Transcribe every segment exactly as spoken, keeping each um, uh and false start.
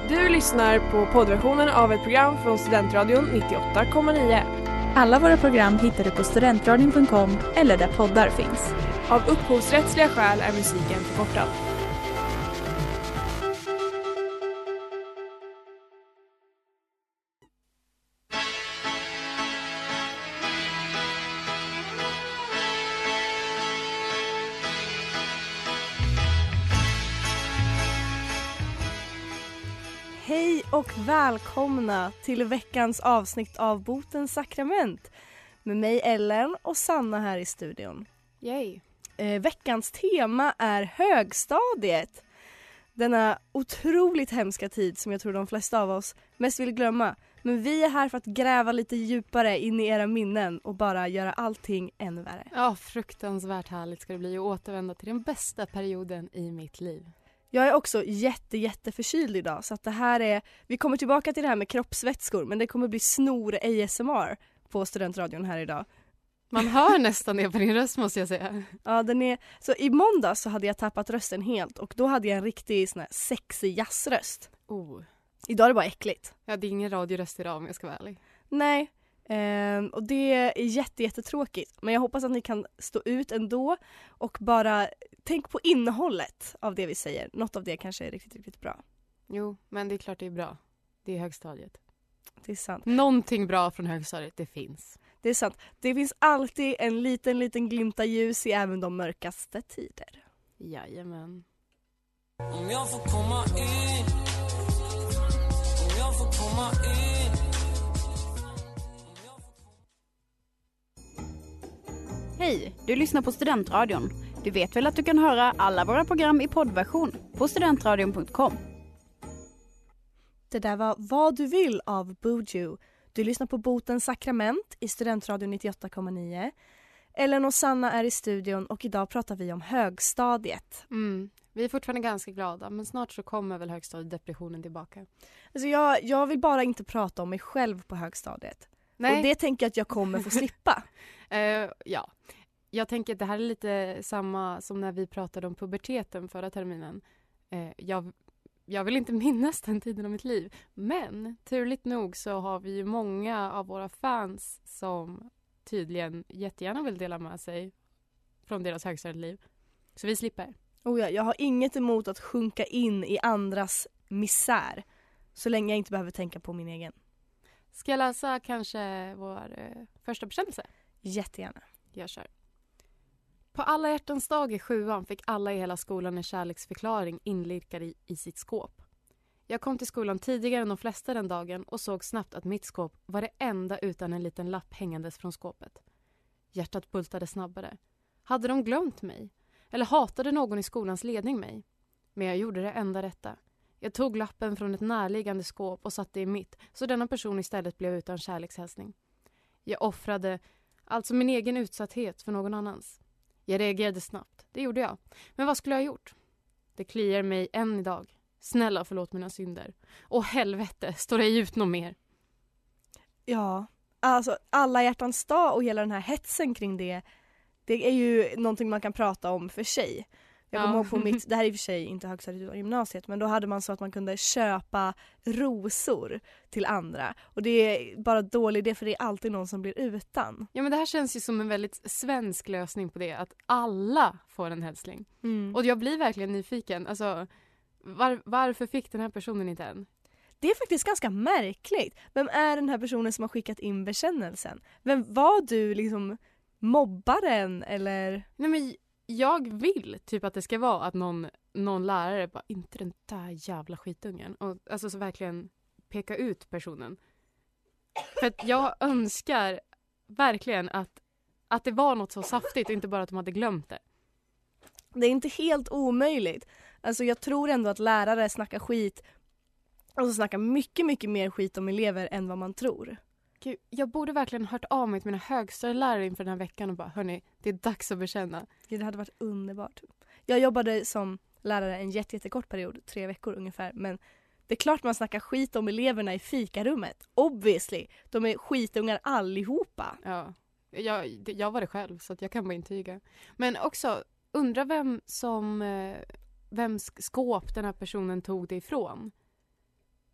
Du lyssnar på poddversionen av ett program från Studentradion nittioåtta komma nio. Alla våra program hittar du på studentradion punkt com eller där poddar finns. Av upphovsrättsliga skäl är musiken förkortad. Hej och välkomna till veckans avsnitt av Botens sakrament. Med mig Ellen och Sanna här i studion. Yay. Eh, veckans tema är högstadiet. Denna otroligt hemska tid som jag tror de flesta av oss mest vill glömma. Men vi är här för att gräva lite djupare in i era minnen och bara göra allting ännu värre. Ja, fruktansvärt härligt ska det bli att återvända till den bästa perioden i mitt liv. Jag är också jätte, jätte förkyld idag så att det här är, vi kommer tillbaka till det här med kroppsvätskor men det kommer bli snor A S M R på studentradion här idag. Man hör nästan det på din röst måste jag säga. Ja, den är, så i måndag så hade jag tappat rösten helt och då hade jag en riktig sån här sexig jazzröst. Oh. Idag är det bara äckligt. Ja, det är ingen radioröst idag om jag ska vara ärlig. Nej, ehm, och det är jätte, jättetråkigt. Men jag hoppas att ni kan stå ut ändå och bara tänk på innehållet av det vi säger. Något av det kanske är riktigt, riktigt bra. Jo, men det är klart det är bra. Det är högstadiet. Det är sant. Någonting bra från högstadiet, det finns. Det är sant. Det finns alltid en liten, liten glimta ljus i även de mörkaste tider. Jajamän. Om jag får komma in, om jag får komma in. Hej, du lyssnar på Studentradion. Du vet väl att du kan höra alla våra program i poddversion på studentradion punkt com. Det där var Vad du vill av Buju. Du lyssnar på Botens sakrament i Studentradion nittioåtta komma nio. Ellen och Sanna är i studion och idag pratar vi om högstadiet. Mm. Vi är fortfarande ganska glada, men snart så kommer väl högstadiedepressionen tillbaka. Alltså jag, jag vill bara inte prata om mig själv på högstadiet. Nej. Och det tänker jag att jag kommer få slippa. uh, ja, jag tänker att det här är lite samma som när vi pratade om puberteten förra terminen. Uh, jag, jag vill inte minnas den tiden av mitt liv. Men turligt nog så har vi ju många av våra fans som tydligen jättegärna vill dela med sig från deras högstadieliv. Så vi slipper. Oh ja, jag har inget emot att sjunka in i andras misär. Så länge jag inte behöver tänka på min egen. Ska jag läsa kanske vår eh, första bekännelse? Jättegärna. Jag kör. På alla hjärtans dag i sjuan fick alla i hela skolan en kärleksförklaring inlirkad i, i sitt skåp. Jag kom till skolan tidigare än de flesta den dagen och såg snabbt att mitt skåp var det enda utan en liten lapp hängandes från skåpet. Hjärtat bultade snabbare. Hade de glömt mig? Eller hatade någon i skolans ledning mig? Men jag gjorde det enda rätta. Jag tog lappen från ett närliggande skåp och satte i mitt, så denna person istället blev utan kärlekshälsning. Jag offrade alltså min egen utsatthet för någon annans. Jag reagerade snabbt, det gjorde jag. Men vad skulle jag ha gjort? Det kliar mig än idag. Snälla förlåt mina synder. Och helvete, står det ut något mer? Ja, alltså alla hjärtans dag och hela den här hetsen kring det, det är ju någonting man kan prata om för sig. Jag kommer Ja. ihåg på mitt, det här är i och för sig inte högstadiet utan gymnasiet, men då hade man så att man kunde köpa rosor till andra. Och det är bara dålig idé för det är alltid någon som blir utan. Ja, men det här känns ju som en väldigt svensk lösning på det. Att alla får en hälsning. Mm. Och jag blir verkligen nyfiken. Alltså, var, varför fick den här personen inte en? Det är faktiskt ganska märkligt. Vem är den här personen som har skickat in bekännelsen? Vem var du liksom mobbaren eller? Nej, men jag vill typ att det ska vara att någon, någon lärare bara, inte den där jävla skitungen. Och alltså så verkligen peka ut personen. För att jag önskar verkligen att, att det var något så saftigt och inte bara att de hade glömt det. Det är inte helt omöjligt. Alltså jag tror ändå att lärare snackar skit. Och så snackar mycket, mycket mer skit om elever än vad man tror. Gud, jag borde verkligen hört av mig till mina högstadielärare inför den här veckan och bara, hörni, det är dags att bekänna. Det hade varit underbart. Jag jobbade som lärare en jätte, jättekort period, tre veckor ungefär. Men det är klart man snackar skit om eleverna i fikarummet. Obviously. De är skitungar allihopa. Ja, jag, jag var det själv så att jag kan bara intyga. Men också, undra vem som, vems skåp den här personen tog det ifrån.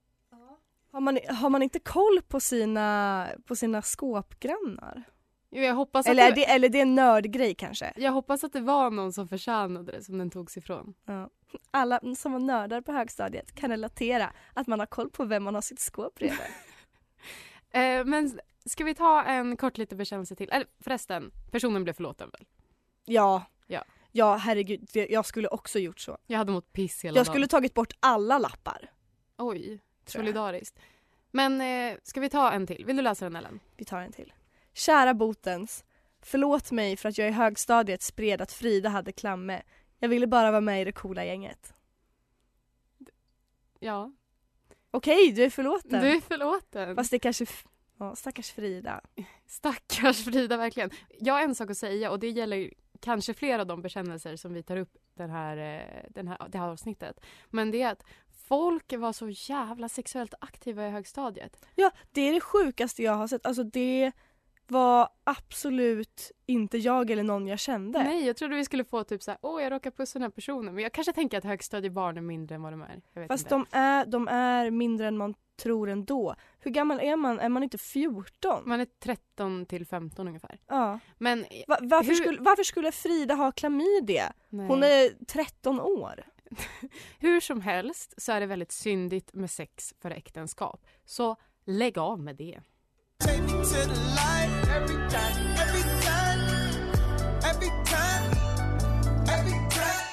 Har man, har man inte koll på sina, på sina skåpgrannar? Jo, jag hoppas att Eller är det, det, eller det är en nördgrej kanske? jag hoppas att det var någon som förtjänade det som den togs ifrån. Ja. Alla som var nördar på högstadiet kan relatera att man har koll på vem man har sitt skåp bredvid. Eh, men ska vi ta en kort liten bekännelse till? Eller förresten, personen blev förlåten väl? Ja. Ja. Ja, herregud. det- Jag skulle också gjort så. Jag hade mått piss hela Jag dagen. skulle tagit bort alla lappar. Oj, tror jag. solidariskt. Men eh, ska vi ta en till? Vill du läsa den, Ellen? Vi tar en till. Kära Botens. Förlåt mig för att jag i högstadiet spred att Frida hade klamme. Jag ville bara vara med i det coola gänget. Ja. Okej, du är förlåten. Du är förlåten. Fast det kanske... F- ja, stackars Frida. Stackars Frida, verkligen. Jag har en sak att säga och det gäller kanske flera av de bekännelser som vi tar upp den här, eh, den här, det här avsnittet. Men det är att folk var så jävla sexuellt aktiva i högstadiet. Ja, det är det sjukaste jag har sett. Alltså det var absolut inte jag eller någon jag kände. Nej, jag trodde vi skulle få typ så här, åh jag råkar pussa den här personen. Men jag kanske tänker att högstadiebarn är mindre än vad de är. Jag vet Fast inte. de är, de är mindre än man tror ändå. Hur gammal är man? Är man inte fjorton? Man är tretton till femton ungefär. Ja. Men Va- varför, hur- skulle, varför skulle Frida ha klamydia? nej. Hon är tretton år. Hur som helst så är det väldigt syndigt med sex för äktenskap. Så lägg av med det. Take me to the light every time, every time, every time, every time.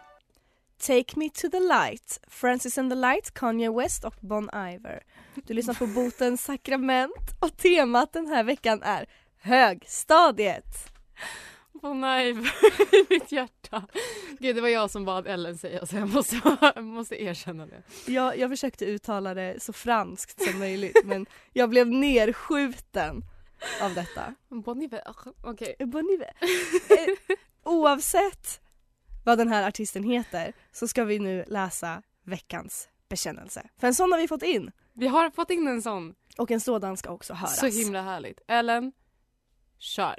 Take me to the light. Francis and the Light, Kanye West och Bon Iver. Du lyssnar på Botens sakrament och temat den här veckan är högstadiet. Åh nej, i mitt hjärta. Gud, det var jag som bad Ellen säga så jag måste, jag måste erkänna det. Jag, jag försökte uttala det så franskt som möjligt men jag blev nerskjuten av detta. Bon Iver, okej. Bon Iver. Eh, Oavsett vad den här artisten heter så ska vi nu läsa veckans bekännelse. För en sån har vi fått in. Vi har fått in en sån. Och en sådan ska också höras. Så himla härligt. Ellen, kör.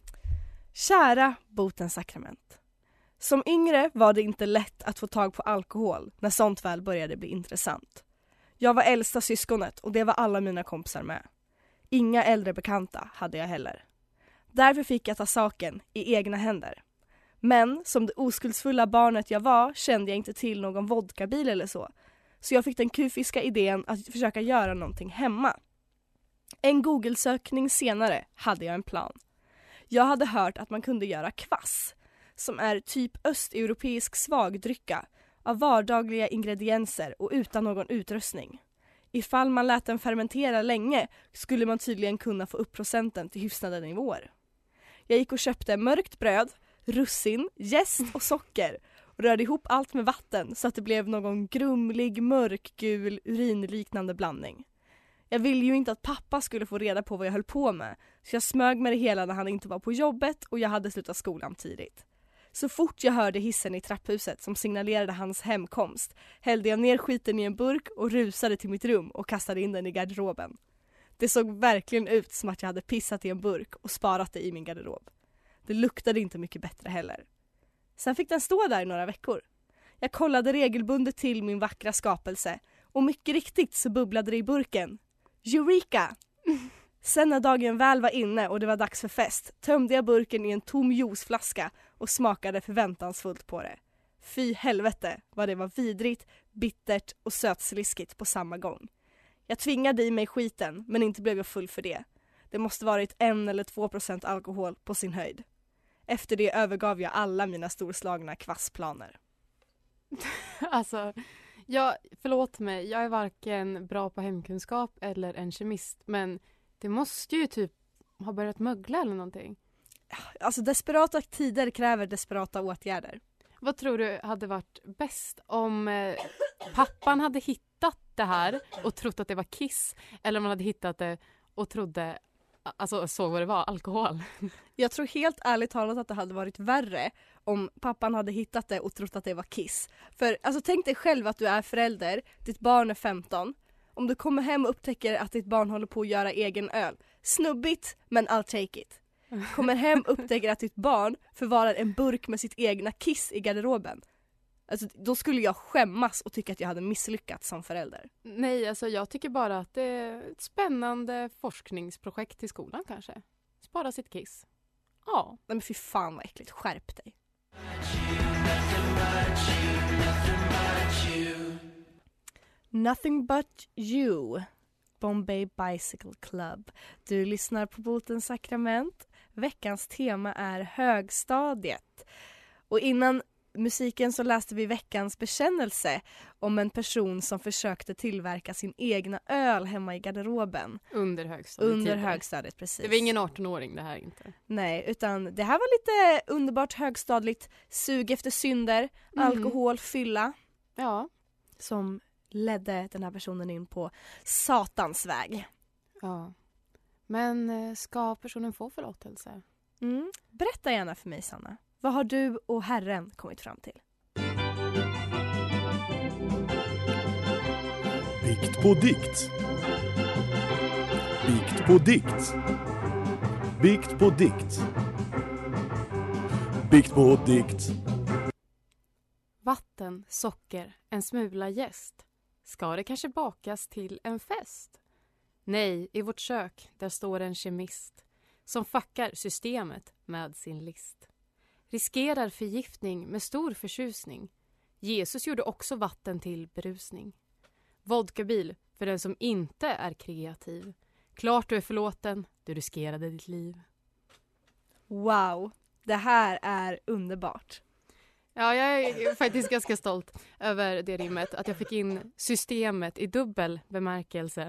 Kära Botens sakrament. Som yngre var det inte lätt att få tag på alkohol när sånt väl började bli intressant. Jag var äldsta syskonet och det var alla mina kompisar med. Inga äldre bekanta hade jag heller. Därför fick jag ta saken i egna händer. Men som det oskuldsfulla barnet jag var kände jag inte till någon vodkabil eller så. Så jag fick den kufiska idén att försöka göra någonting hemma. En Google-sökning senare hade jag en plan. Jag hade hört att man kunde göra kvass, som är typ östeuropeisk svagdrycka av vardagliga ingredienser och utan någon utrustning. Ifall man lät den fermentera länge skulle man tydligen kunna få upp procenten till hyfsade nivåer. Jag gick och köpte mörkt bröd, russin, jäst och socker och rörde ihop allt med vatten så att det blev någon grumlig, mörkgul, urinliknande blandning. Jag ville ju inte att pappa skulle få reda på vad jag höll på med, så jag smög med det hela när han inte var på jobbet och jag hade slutat skolan tidigt. Så fort jag hörde hissen i trapphuset som signalerade hans hemkomst hällde jag ner skiten i en burk och rusade till mitt rum och kastade in den i garderoben. Det såg verkligen ut som att jag hade pissat i en burk och sparat det i min garderob. Det luktade inte mycket bättre heller. Sen fick den stå där i några veckor. Jag kollade regelbundet till min vackra skapelse och mycket riktigt så bubblade det i burken. Eureka! Sen när dagen väl var inne och det var dags för fest tömde jag burken i en tom juiceflaska och smakade förväntansfullt på det. Fy helvete vad det var vidrigt, bittert och sötsliskigt på samma gång. Jag tvingade i mig skiten men inte blev jag full för det. Det måste varit en eller två procent alkohol på sin höjd. Efter det övergav jag alla mina storslagna kvassplaner. Alltså, jag, förlåt mig, jag är varken bra på hemkunskap eller en kemist. Men det måste ju typ ha börjat mögla eller någonting. Alltså desperata tider kräver desperata åtgärder. Vad tror du hade varit bäst om eh, pappan hade hittat det här och trott att det var kiss? Eller om man hade hittat det och trodde, alltså såg vad det var, alkohol? Jag tror helt ärligt talat att det hade varit värre om pappan hade hittat det och trott att det var kiss. För alltså tänk dig själv att du är förälder, ditt barn är femton. Om du kommer hem och upptäcker att ditt barn håller på att göra egen öl. Snubbigt, men I'll take it. Kommer hem och upptäcker att ditt barn förvarar en burk med sitt egna kiss i garderoben. Alltså, då skulle jag skämmas och tycka att jag hade misslyckats som förälder. Nej, alltså jag tycker bara att det är ett spännande forskningsprojekt i skolan kanske. Spara sitt kiss. Ja. Nej men fy fan vad äckligt, skärp dig. Nothing but you. Bombay Bicycle Club. Du lyssnar på Botens sakrament. Veckans tema är högstadiet. Och innan musiken så läste vi veckans bekännelse om en person som försökte tillverka sin egna öl hemma i garderoben. Under högstadiet. Under högstadiet, precis. Det var ingen arton-åring det här inte. Nej, utan det här var lite underbart högstadligt. Sug efter synder, Mm. alkohol, fylla. Ja. Som ledde den här personen in på satans väg. Ja. Men eh, ska personen få förlåtelse? Mm. Berätta gärna för mig, Sanna. Vad har du och Herren kommit fram till? Bikt på dikt. Bikt på dikt. Bikt på dikt. Bikt på dikt. Vatten, socker, en smula jäst. Ska det kanske bakas till en fest? Nej, i vårt kök där står en kemist som fuckar systemet med sin list. Riskerar förgiftning med stor förtjusning. Jesus gjorde också vatten till berusning. Vodkabil för den som inte är kreativ. Klart du är förlåten, du riskerade ditt liv. Wow, det här är underbart. Ja, jag är faktiskt ganska stolt över det rimmet. Att jag fick in systemet i dubbel bemärkelse.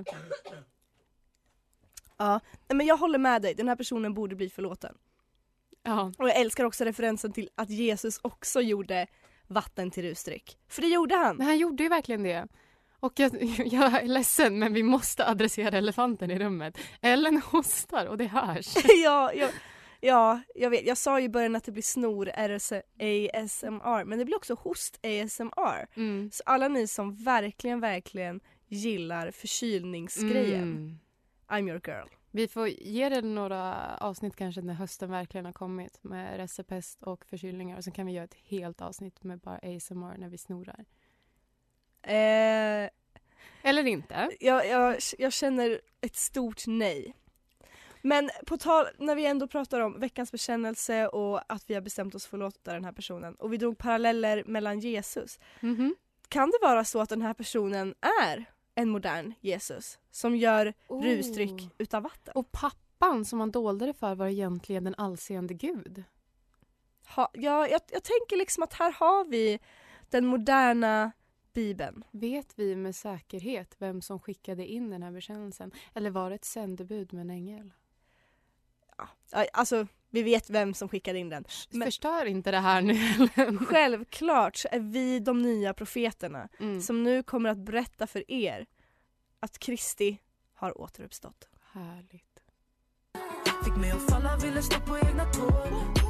Ja, men jag håller med dig. Den här personen borde bli förlåten. Ja. Och jag älskar också referensen till att Jesus också gjorde vatten till rusdryck. För det gjorde han. Men han gjorde ju verkligen det. Och jag, jag är ledsen, men vi måste adressera elefanten i rummet. Ellen hostar och det hörs. ja, jag, ja, jag vet. Jag sa ju i början att det blir snor A S M R. Men det blir också host A S M R. Mm. Så alla ni som verkligen, verkligen gillar förkylningsgrejen. Mm. I'm your girl. Vi får ge det några avsnitt kanske när hösten verkligen har kommit. Med resepest och förkylningar. Och sen kan vi göra ett helt avsnitt med bara A S M R när vi snorar. Eh, Eller inte. jag, jag, jag känner ett stort nej. Men på tal, när vi ändå pratar om veckans bekännelse och att vi har bestämt oss för att förlåta den här personen. Och vi drog paralleller mellan Jesus. Mm-hmm. Kan det vara så att den här personen är en modern Jesus som gör Oh. rusdryck utav vatten? Och pappan som man dolde det för var egentligen den allseende Gud. Ha, ja, jag, jag tänker liksom att här har vi den moderna Bibeln. Vet vi med säkerhet vem som skickade in den här bekännelsen? Eller var det ett sändebud med en ängel? Ja, alltså, vi vet vem som skickade in den. Men Förstör inte det här nu, Ellen. självklart så är vi de nya profeterna Mm. som nu kommer att berätta för er att Kristi har återuppstått. Härligt. Fick mig att falla, ville stå på egna tår.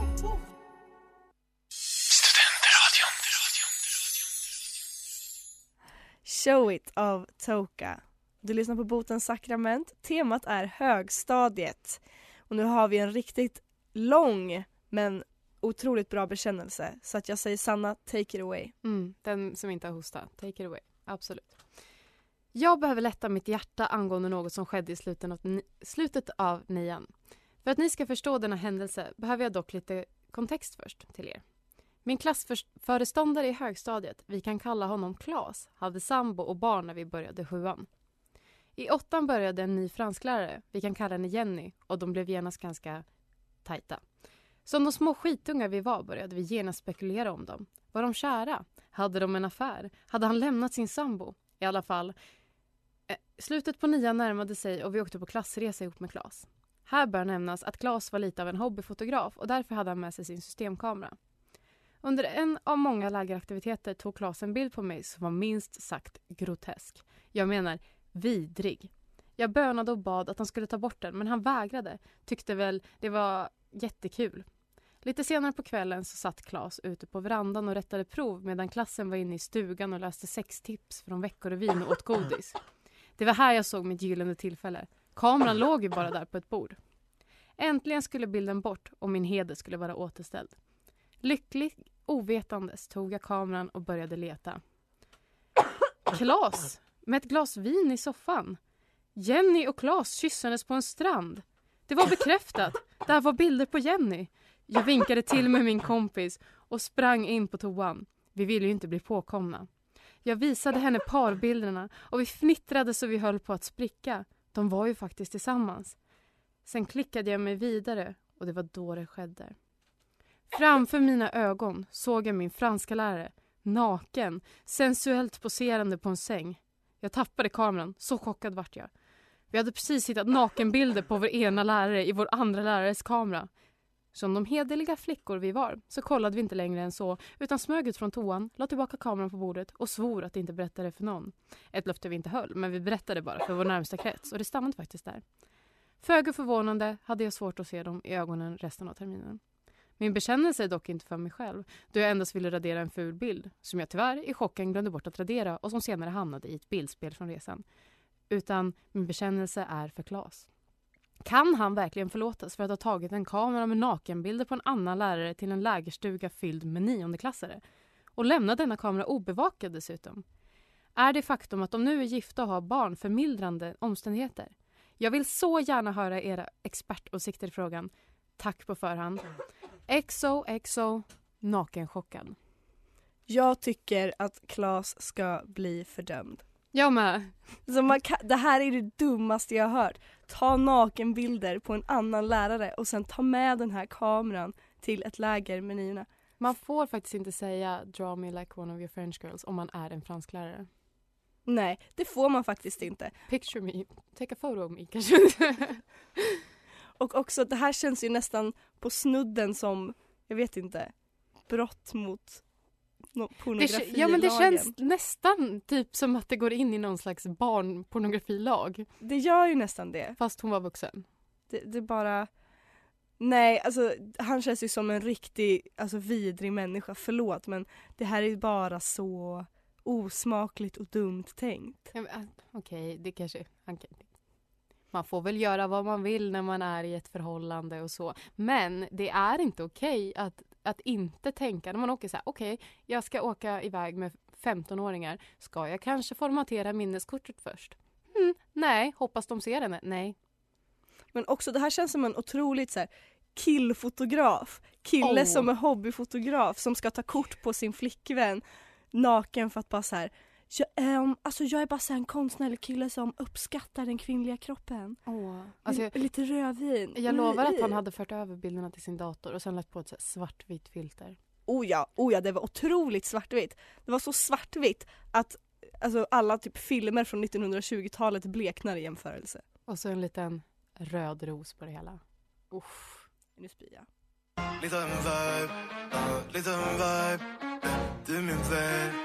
Show It av Toka. Du lyssnar på Botens sakrament. Temat är högstadiet. Och nu har vi en riktigt lång men otroligt bra bekännelse. Så att jag säger Sanna, take it away. Mm, den som inte har hosta. Take it away. Absolut. Jag behöver lätta mitt hjärta angående något som skedde i slutet av, ni- slutet av nian. För att ni ska förstå denna händelse behöver jag dock lite kontext först till er. Min klassföreståndare i högstadiet, vi kan kalla honom Claes, hade sambo och barn när vi började sjuan. I åttan började en ny fransklärare, vi kan kalla henne Jenny, och de blev genast ganska tajta. Som de små skitungar vi var började vi genast spekulera om dem. Var de kära? Hade de en affär? Hade han lämnat sin sambo? I alla fall, eh, slutet på nian närmade sig och vi åkte på klassresa ihop med Claes. Här bör nämnas att Claes var lite av en hobbyfotograf och därför hade han med sig sin systemkamera. Under en av många lägeraktiviteter tog Claes en bild på mig som var minst sagt grotesk. Jag menar vidrig. Jag bönade och bad att han skulle ta bort den, men han vägrade. Tyckte väl det var jättekul. Lite senare på kvällen så satt Claes ute på verandan och rättade prov medan klassen var inne i stugan och läste sextips från Veckorevyn och åt godis. Det var här jag såg mitt gyllene tillfälle. Kameran låg ju bara där på ett bord. Äntligen skulle bilden bort och min heder skulle vara återställd. Lycklig Ovetandes tog jag kameran och började leta. Klas med ett glas vin i soffan. Jenny och Klas kyssades på en strand. Det var bekräftat. Där var bilder på Jenny. Jag vinkade till med min kompis och sprang in på toan. Vi ville ju inte bli påkomna. Jag visade henne parbilderna och vi fnittrade så vi höll på att spricka. De var ju faktiskt tillsammans. Sen klickade jag mig vidare och det var då det skedde. Framför mina ögon såg jag min franska lärare, naken, sensuellt poserande på en säng. Jag tappade kameran, så chockad vart jag. Vi hade precis hittat nakenbilder på vår ena lärare i vår andra lärares kamera. Som de hederliga flickor vi var så kollade vi inte längre än så utan smög ut från toan, la tillbaka kameran på bordet och svor att inte berätta det för någon. Ett löfte vi inte höll, men vi berättade bara för vår närmsta krets och det stannade faktiskt där. Föga förvånande hade jag svårt att se dem i ögonen resten av terminen. Min bekännelse är dock inte för mig själv, då jag endast ville radera en ful bild, som jag tyvärr i chocken glömde bort att radera och som senare hamnade i ett bildspel från resan. Utan min bekännelse är för Klas. Kan han verkligen förlåtas för att ha tagit en kamera med nakenbilder på en annan lärare till en lägerstuga fylld med niondeklassare? Och lämna denna kamera obevakad dessutom? Är det faktum att de nu är gifta och har barn förmildrande omständigheter? Jag vill så gärna höra era expertåsikter i frågan. Tack på förhand. X O X O nakenchockad. Jag tycker att Klas ska bli fördömd. Jag med. Så man kan, det här är det dummaste jag har hört. Ta nakenbilder på en annan lärare och sen ta med den här kameran till ett läger med niorna. Man får faktiskt inte säga draw me like one of your French girls om man är en fransklärare. Nej, det får man faktiskt inte. Picture me, take a photo of me kanske. Och också, det här känns ju nästan på snudden som, jag vet inte, brott mot no- pornografilagen. Det, ja, men det känns nästan typ som att det går in i någon slags barnpornografilag. Det gör ju nästan det. Fast hon var vuxen. Det, det bara... Nej, alltså han känns ju som en riktig, alltså vidrig människa. Förlåt, men det här är bara så osmakligt och dumt tänkt. Ja, okej, okay, det kanske... Okay. Man får väl göra vad man vill när man är i ett förhållande och så. Men det är inte okej okay att, att inte tänka. När man åker så här, okej, okay, jag ska åka iväg med femtonåringar. Ska jag kanske formatera minneskortet först? Mm, nej, hoppas de ser henne. Nej. Men också, det här känns som en otroligt så här, killfotograf. Kille oh. som är hobbyfotograf som ska ta kort på sin flickvän naken för att bara så här... Jag, um, alltså jag är bara så en konstnärlig kille som uppskattar den kvinnliga kroppen. Oh. Alltså jag, lite rödvin. Jag lovar att han hade fört över bilderna till sin dator och sen lagt på ett så svartvitt filter. Oh ja, oh ja, det var otroligt svartvitt. Det var så svartvitt att alltså, alla typ filmer från nittonhundratjugotalet bleknar i jämförelse. Och så en liten röd ros på det hela. Uff. Nu spyr jag. Lite en vibe, uh, lite en vibe, du min vän.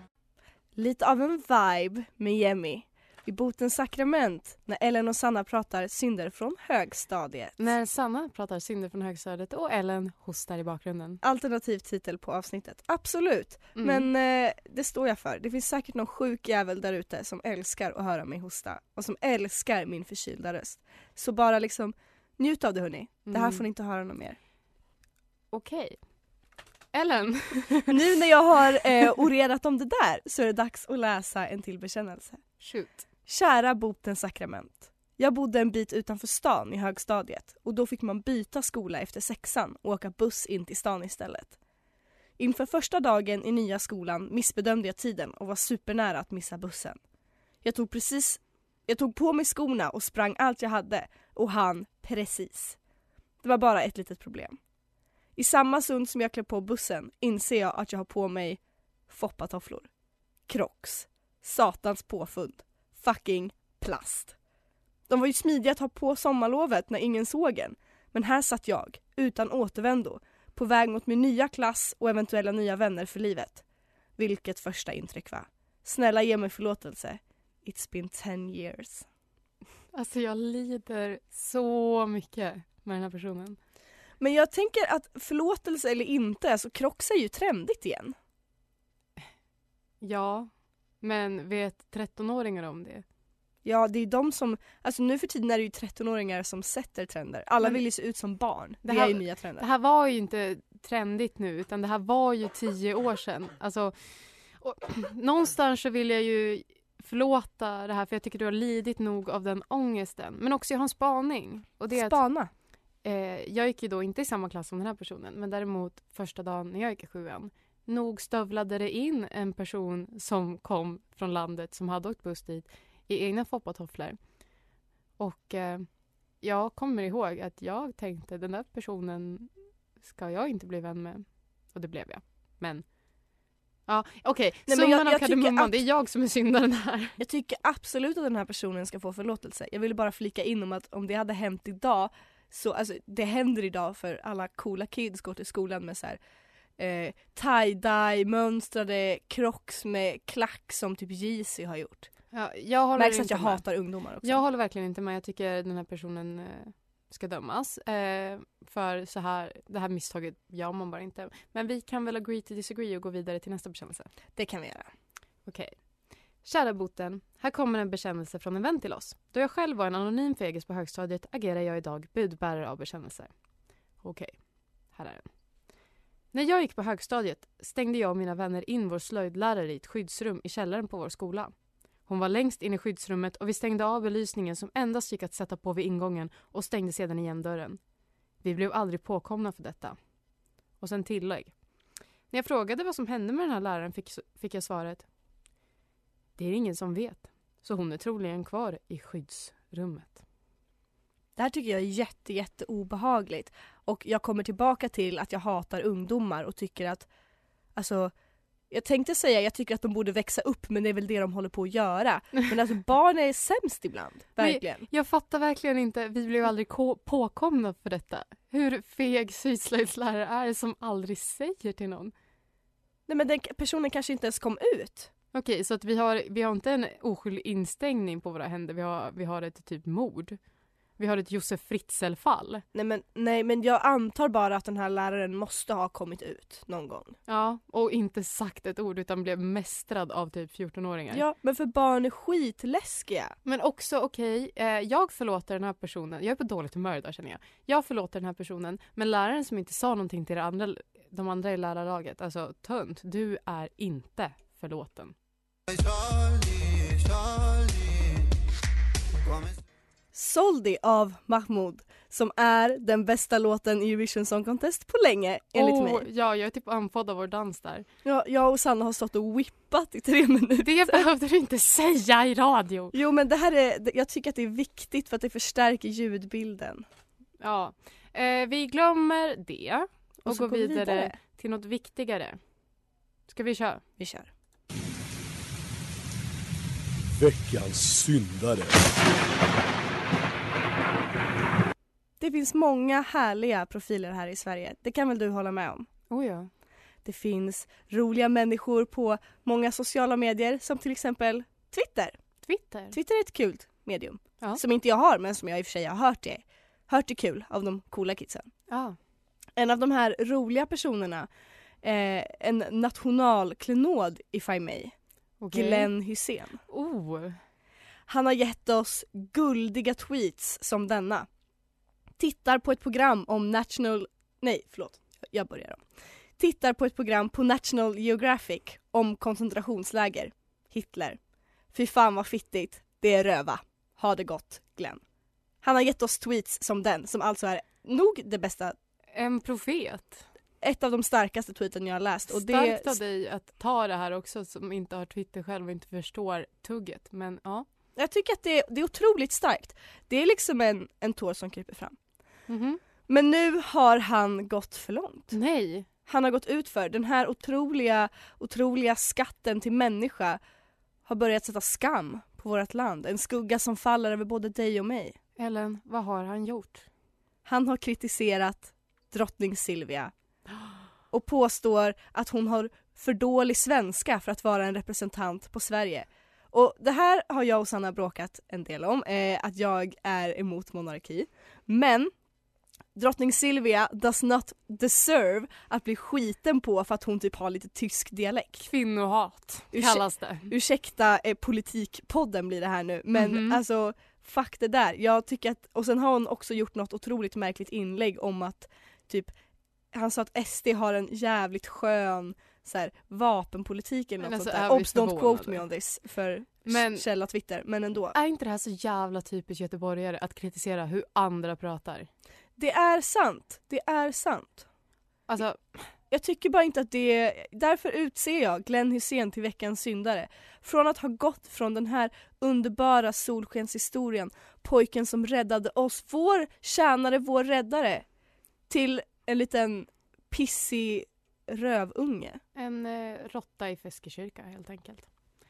Lite av en vibe med Jemmy i Botens sakrament när Ellen och Sanna pratar synder från högstadiet. När Sanna pratar synder från högstadiet och Ellen hostar i bakgrunden. Alternativ titel på avsnittet, absolut. Mm. Men eh, det står jag för. Det finns säkert någon sjuk jävel där ute som älskar att höra mig hosta och som älskar min förkylda röst. Så bara liksom njut av det, hörni. Mm. Det här får ni inte höra något mer. Okej. Okay. Ellen. Nu när jag har eh, orerat om det där så är det dags att läsa en till bekännelse. Shoot. Kära Botens sakrament. Jag bodde en bit utanför stan i högstadiet och då fick man byta skola efter sexan och åka buss in till stan istället. Inför första dagen i nya skolan missbedömde jag tiden och var supernära att missa bussen. Jag tog precis, jag tog på mig skorna och sprang allt jag hade och han precis. Det var bara ett litet problem. I samma stund som jag klev på bussen inser jag att jag har på mig foppatofflor. Crocs. Satans påfund. Fucking plast. De var ju smidiga att ha på sommarlovet när ingen såg en. Men här satt jag, utan återvändo, på väg mot min nya klass och eventuella nya vänner för livet. Vilket första intryck va? Snälla ge mig förlåtelse. It's been ten years. Alltså jag lider så mycket med den här personen. Men jag tänker att förlåtelse eller inte, alltså Crocs är ju trendigt igen. Ja, men vet trettonåringar om det? Ja, det är de som, alltså nu för tiden är det ju trettonåringar som sätter trender. Alla Men vill ju se ut som barn. Det, det här- är ju nya trender. Det här var ju inte trendigt nu, utan det här var ju tio år sedan. Alltså, och, någonstans så vill jag ju förlåta det här, för jag tycker du har lidit nog av den ångesten. Men också jag har en spaning. Och det är att, Spana. eh, jag gick ju då inte i samma klass som den här personen, men däremot första dagen när jag gick i sjuan, nog stövlade det in en person som kom från landet, som hade åkt buss dit, i egna foppatofflor. Och eh, jag kommer ihåg att jag tänkte, den där personen ska jag inte bli vän med. Och det blev jag. Men, ja, okej. Okay. Nej, men Summan jag- av jag tycker kardemumman, att- det är jag som är syndaren här. Jag tycker absolut att den här personen ska få förlåtelse. Jag ville bara flika in om att om det hade hänt idag, så alltså det händer idag för alla coola kids går till skolan med så här eh, tie-dye, mönstrade crocs med klack som typ Yeezy har gjort. Ja, jag håller Märks att inte jag med. hatar ungdomar också. Jag håller verkligen inte med. Jag tycker den här personen eh, ska dömas. Eh, för så här, det här misstaget gör man bara inte. Men vi kan väl agree to disagree och gå vidare till nästa bekännelse. Det kan vi göra. Okej. Kära boten, här kommer en bekännelse från en vän till oss. Då jag själv var en anonym fegis på högstadiet agerar jag idag budbärare av bekännelser. Okej, här är den. När jag gick på högstadiet stängde jag och mina vänner in vår slöjdlärare i ett skyddsrum i källaren på vår skola. Hon var längst in i skyddsrummet och vi stängde av belysningen som endast gick att sätta på vid ingången och stängde sedan igen dörren. Vi blev aldrig påkomna för detta. Och sen tillägg. När jag frågade vad som hände med den här läraren fick, fick jag svaret: det är ingen som vet, så hon är troligen kvar i skyddsrummet. Det här tycker jag är jätte, jätte obehagligt. Och jag kommer tillbaka till att jag hatar ungdomar och tycker att, alltså, jag tänkte säga jag tycker att de borde växa upp, men det är väl det de håller på att göra. Men alltså barn är sämst ibland, verkligen. Men jag fattar verkligen inte, vi blev aldrig ko- påkomna för detta. Hur feg syslöjdslärare är som aldrig säger till någon. Nej, men den personen kanske inte ens kom ut. Okej, så att vi har, vi har inte en oskyldig instängning på våra händer, vi har, vi har ett typ mord. Vi har ett Josef Fritzl-fall. Nej men, nej men jag antar bara att den här läraren måste ha kommit ut någon gång. Ja, och inte sagt ett ord utan blev mästrad av typ fjortonåringar. Ja, men för barn är skitläskiga. Men också, okej, okay, eh, jag förlåter den här personen. Jag är på dåligt humör idag, känner jag. Jag förlåter den här personen, men läraren som inte sa någonting till de andra, de andra i lärarlaget, alltså tönt, du är inte förlåten. Charlie, Charlie, Soldi av Mahmoud, som är den bästa låten i Eurovision Song Contest på länge, enligt oh, mig. Ja, jag är typ andfådd av vår dans där. Ja, jag och Sanna har stått och whippat i tre minuter. Det behövde du inte säga i radio. Jo, men det här är, jag tycker att det är viktigt för att det förstärker ljudbilden. Ja, eh, vi glömmer det och, Och så går går vi vidare, vidare. till något viktigare. Ska vi köra? Vi kör. Veckans syndare. Det finns många härliga profiler här i Sverige. Det kan väl du hålla med om? Oh ja. Det finns roliga människor på många sociala medier, som till exempel Twitter. Twitter. Twitter är ett kul medium. Ja. Som inte jag har, men som jag i och för sig har hört det. Hört det kul av de coola kidsen. Ja. En av de här roliga personerna, eh, en nationalklenod if I may, Okay. Glenn Hysén. Oh. Han har gett oss guldiga tweets som denna. Tittar på ett program om National... Nej, förlåt. Jag börjar om. Tittar på ett program på National Geographic om koncentrationsläger. Hitler. Fy fan vad fittigt. Det är röva. Ha det gott, Glenn. Han har gett oss tweets som den, som alltså är nog det bästa. En profet. Ett av de starkaste tweeten jag har läst. Och Starkt det... av dig att ta det här också, som inte har Twitter själv och inte förstår tugget. Men ja. Jag tycker att det är, det är otroligt starkt. Det är liksom en, en tår som kryper fram. Mm-hmm. Men nu har han gått för långt. Nej. Han har gått ut för den här otroliga, otroliga skatten till människa har börjat sätta skam på vårt land. En skugga som faller över både dig och mig. Ellen, vad har han gjort? Han har kritiserat drottning Silvia och påstår att hon har för dålig svenska för att vara en representant på Sverige. Och det här har jag och Sanna bråkat en del om, eh, att jag är emot monarki. Men drottning Silvia does not deserve att bli skiten på för att hon typ har lite tysk dialekt. Kvinnohat kallas det. Ursäkta eh, politikpodden blir det här nu, men Mhm. alltså fuck det där. Jag tycker att, och sen har hon också gjort något otroligt märkligt inlägg om att typ, han sa att S D har en jävligt skön så här, vapenpolitik eller något Men alltså, sånt är där. vi Obs, don't förvånade? quote me on this för Men- källa Twitter, men ändå. Är inte det här så jävla typiskt göteborgare att kritisera hur andra pratar? Det är sant, det är sant. Alltså, Jag tycker bara inte att det är, därför utser jag Glenn Hysén till veckans syndare. Från att ha gått från den här underbara solskenshistorien, pojken som räddade oss, vår tjänare, vår räddare, till en liten pissig rövunge. en eh, råtta i Feskekyrka helt enkelt.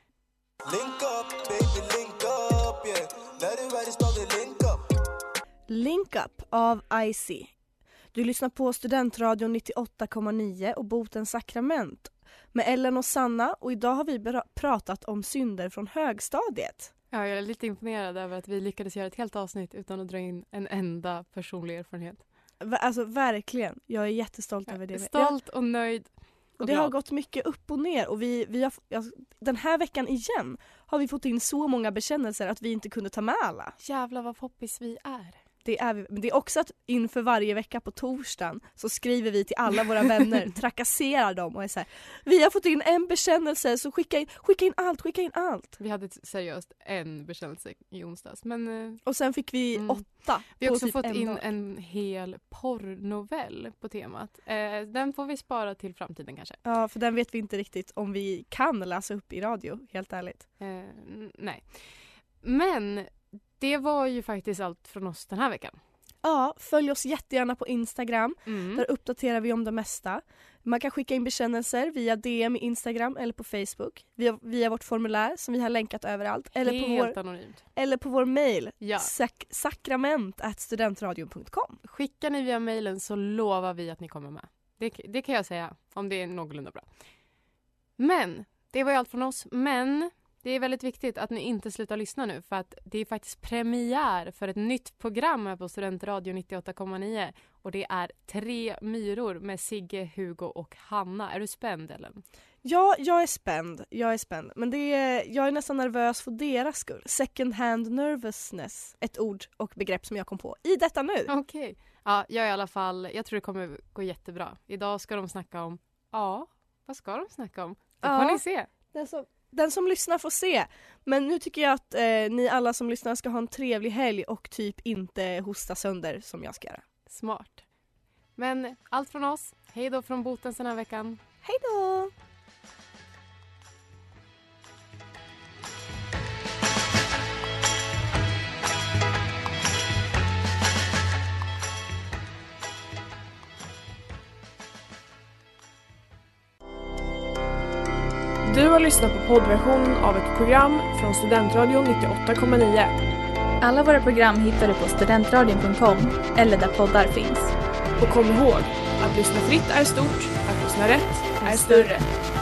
Link up, baby, link up, yeah. Let everybody start to link up. Link Up av Icy. Du lyssnar på Studentradion nittioåtta komma nio och Botens sakrament med Ellen och Sanna, och idag har vi bra- pratat om synder från högstadiet. Ja, jag är lite imponerad över att vi lyckades göra ett helt avsnitt utan att dra in en enda personlig erfarenhet. Va- Alltså verkligen, jag är jättestolt över Jag det. är stolt och nöjd och Och det har glad. gått mycket upp och ner, och vi, vi har, alltså, den här veckan igen har vi fått in så många bekännelser att vi inte kunde ta med alla. Jävlar vad poppis vi är. Det är, vi, men det är också att inför varje vecka på torsdagen så skriver vi till alla våra vänner, trakasserar dem och är så här: vi har fått in en bekännelse, så skicka in, skicka in allt, skicka in allt. Vi hade ett- seriöst en bekännelse i onsdags. Men eh, Och sen fick vi Mm. åtta. vi har på också typ fått en in dag. en hel porrnovell på temat. Eh, den får vi spara till framtiden kanske. Ja, för den vet vi inte riktigt om vi kan läsa upp i radio, helt ärligt. Eh, n- nej. Men det var ju faktiskt allt från oss den här veckan. Ja, följ oss jättegärna på Instagram. Mm. Där uppdaterar vi om det mesta. Man kan skicka in bekännelser via D M i Instagram eller på Facebook. Via, via vårt formulär som vi har länkat överallt. Eller på Helt vår, anonymt. eller på vår mail. Ja. Sak- sakrament at studentradion punkt com. Skickar ni via mejlen så lovar vi att ni kommer med. Det, det kan jag säga, om det är någorlunda bra. Men, det var ju allt från oss. Men det är väldigt viktigt att ni inte slutar lyssna nu. För att det är faktiskt premiär för ett nytt program här på Studentradio nittioåtta komma nio. Och det är Tre myror med Sigge, Hugo och Hanna. Är du spänd, Ellen? Ja, jag är spänd. Jag är spänd. Men det är, jag är nästan nervös för deras skull. Second hand nervousness. Ett ord och begrepp som jag kom på i detta nu. Okej. Ja, jag är i alla fall, jag tror det kommer gå jättebra. Idag ska de snacka om, ja, vad ska de snacka om? Det får Ja. ni se. Den som, den som lyssnar får se. Men nu tycker jag att eh, ni alla som lyssnar ska ha en trevlig helg och typ inte hosta sönder som jag ska göra. Smart. Men allt från oss. Hej då från Botens den här veckan. Hej då! Du har lyssnat på poddversionen av ett program från Studentradion nittioåtta komma nio. Alla våra program hittar du på studentradion punkt com eller där poddar finns. Och kom ihåg, att lyssna fritt är stort, att lyssna rätt är större.